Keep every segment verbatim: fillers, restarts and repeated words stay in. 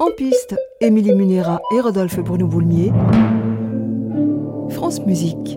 En piste, Émilie Munera et Rodolphe Bruno-Boulmier. France Musique.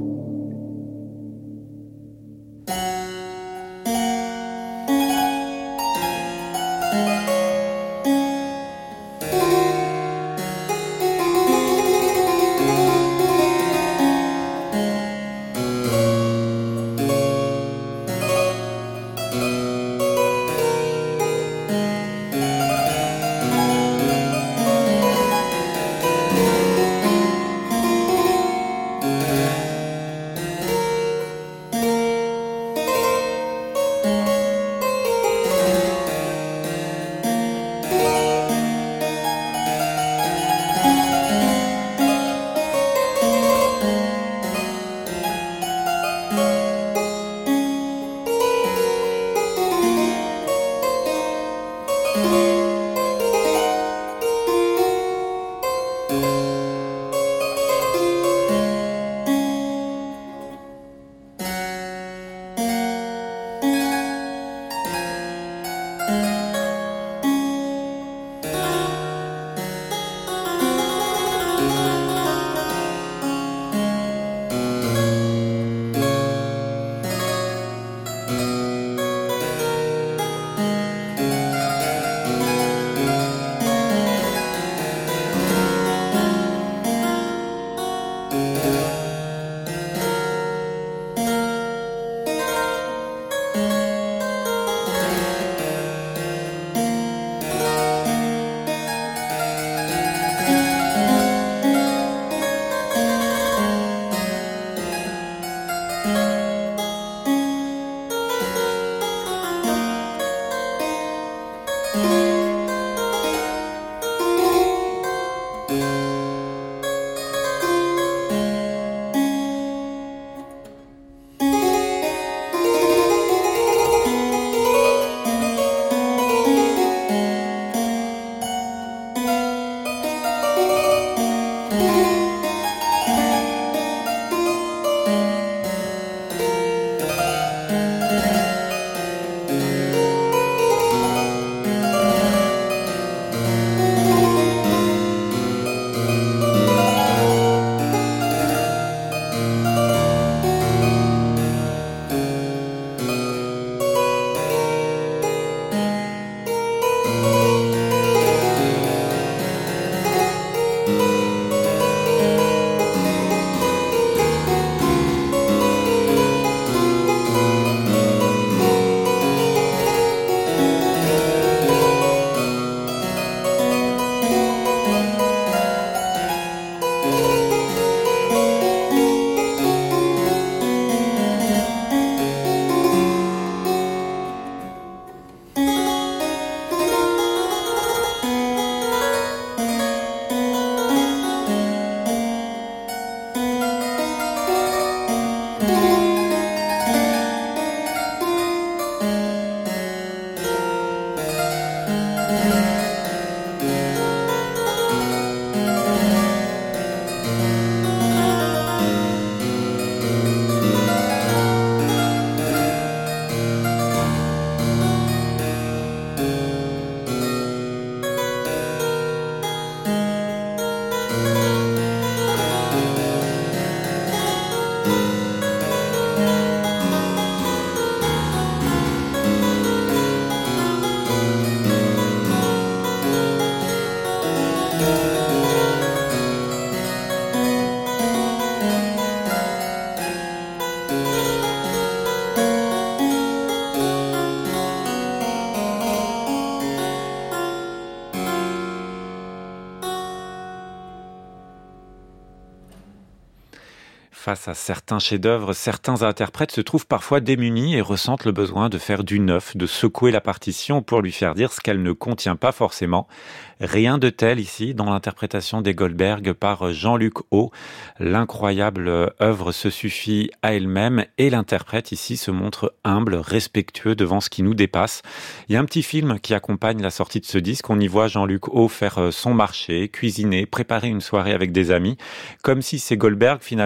Face à certains chefs-d'œuvre, certains interprètes se trouvent parfois démunis et ressentent le besoin de faire du neuf, de secouer la partition pour lui faire dire ce qu'elle ne contient pas forcément. Rien de tel ici dans l'interprétation des Goldberg par Jean-Luc Haut. L'incroyable œuvre se suffit à elle-même et l'interprète ici se montre humble, respectueux devant ce qui nous dépasse. Il y a un petit film qui accompagne la sortie de ce disque. On y voit Jean-Luc Haut faire son marché, cuisiner, préparer une soirée avec des amis, comme si ces Goldberg finalement avaient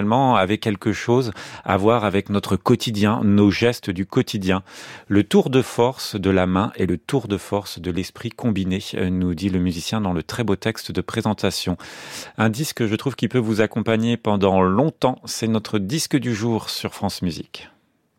avait quelque chose à voir avec notre quotidien, nos gestes du quotidien. Le tour de force de la main et le tour de force de l'esprit combiné, nous dit le musicien dans le très beau texte de présentation. Un disque, je trouve, qui peut vous accompagner pendant longtemps. C'est notre disque du jour sur France Musique.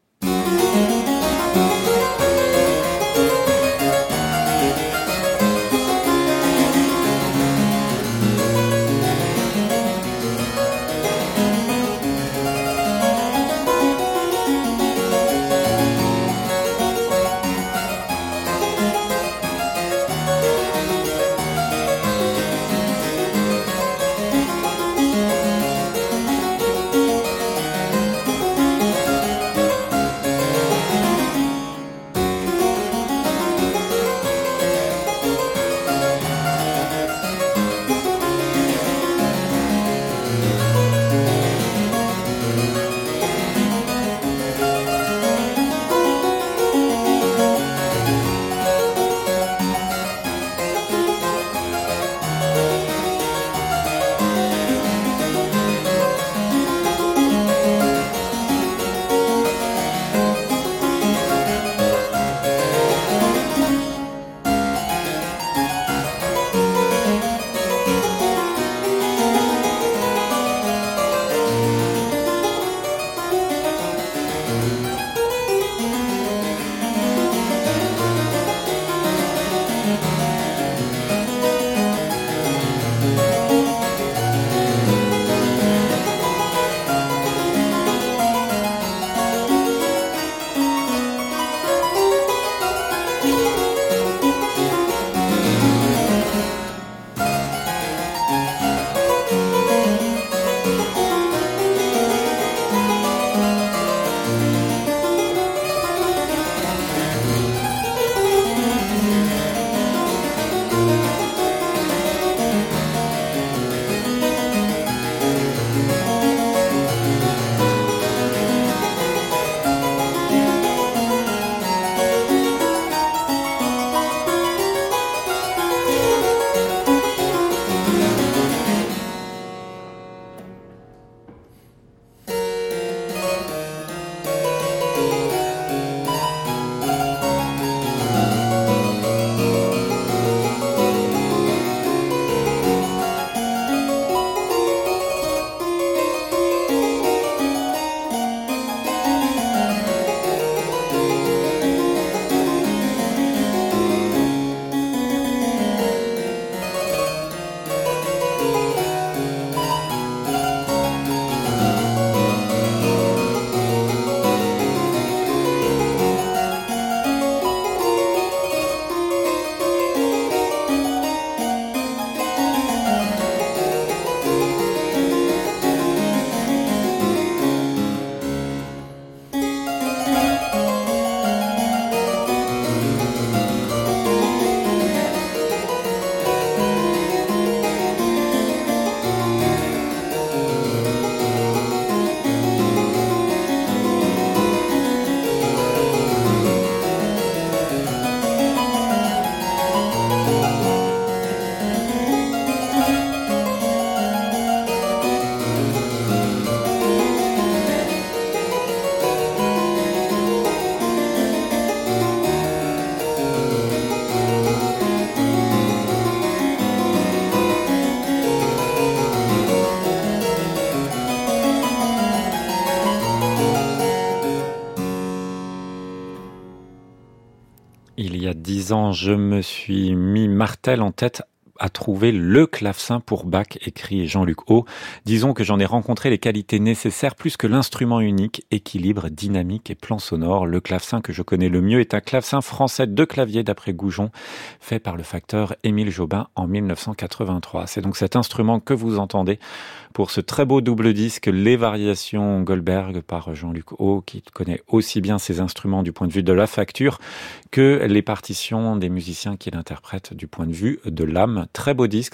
Il y a dix ans, je me suis mis Martel en tête à trouver le clavecin pour Bach, écrit Jean-Luc Haut. Disons que j'en ai rencontré les qualités nécessaires plus que l'instrument unique, équilibre, dynamique et plan sonore. Le clavecin que je connais le mieux est un clavecin français de clavier d'après Goujon, fait par le facteur Émile Jobin en mille neuf cent quatre-vingt-trois. C'est donc cet instrument que vous entendez pour ce très beau double disque, Les Variations Goldberg par Jean-Luc Haut, qui connaît aussi bien ces instruments du point de vue de la facture que les partitions des musiciens qu'il interprète du point de vue de l'âme. Très beau disque.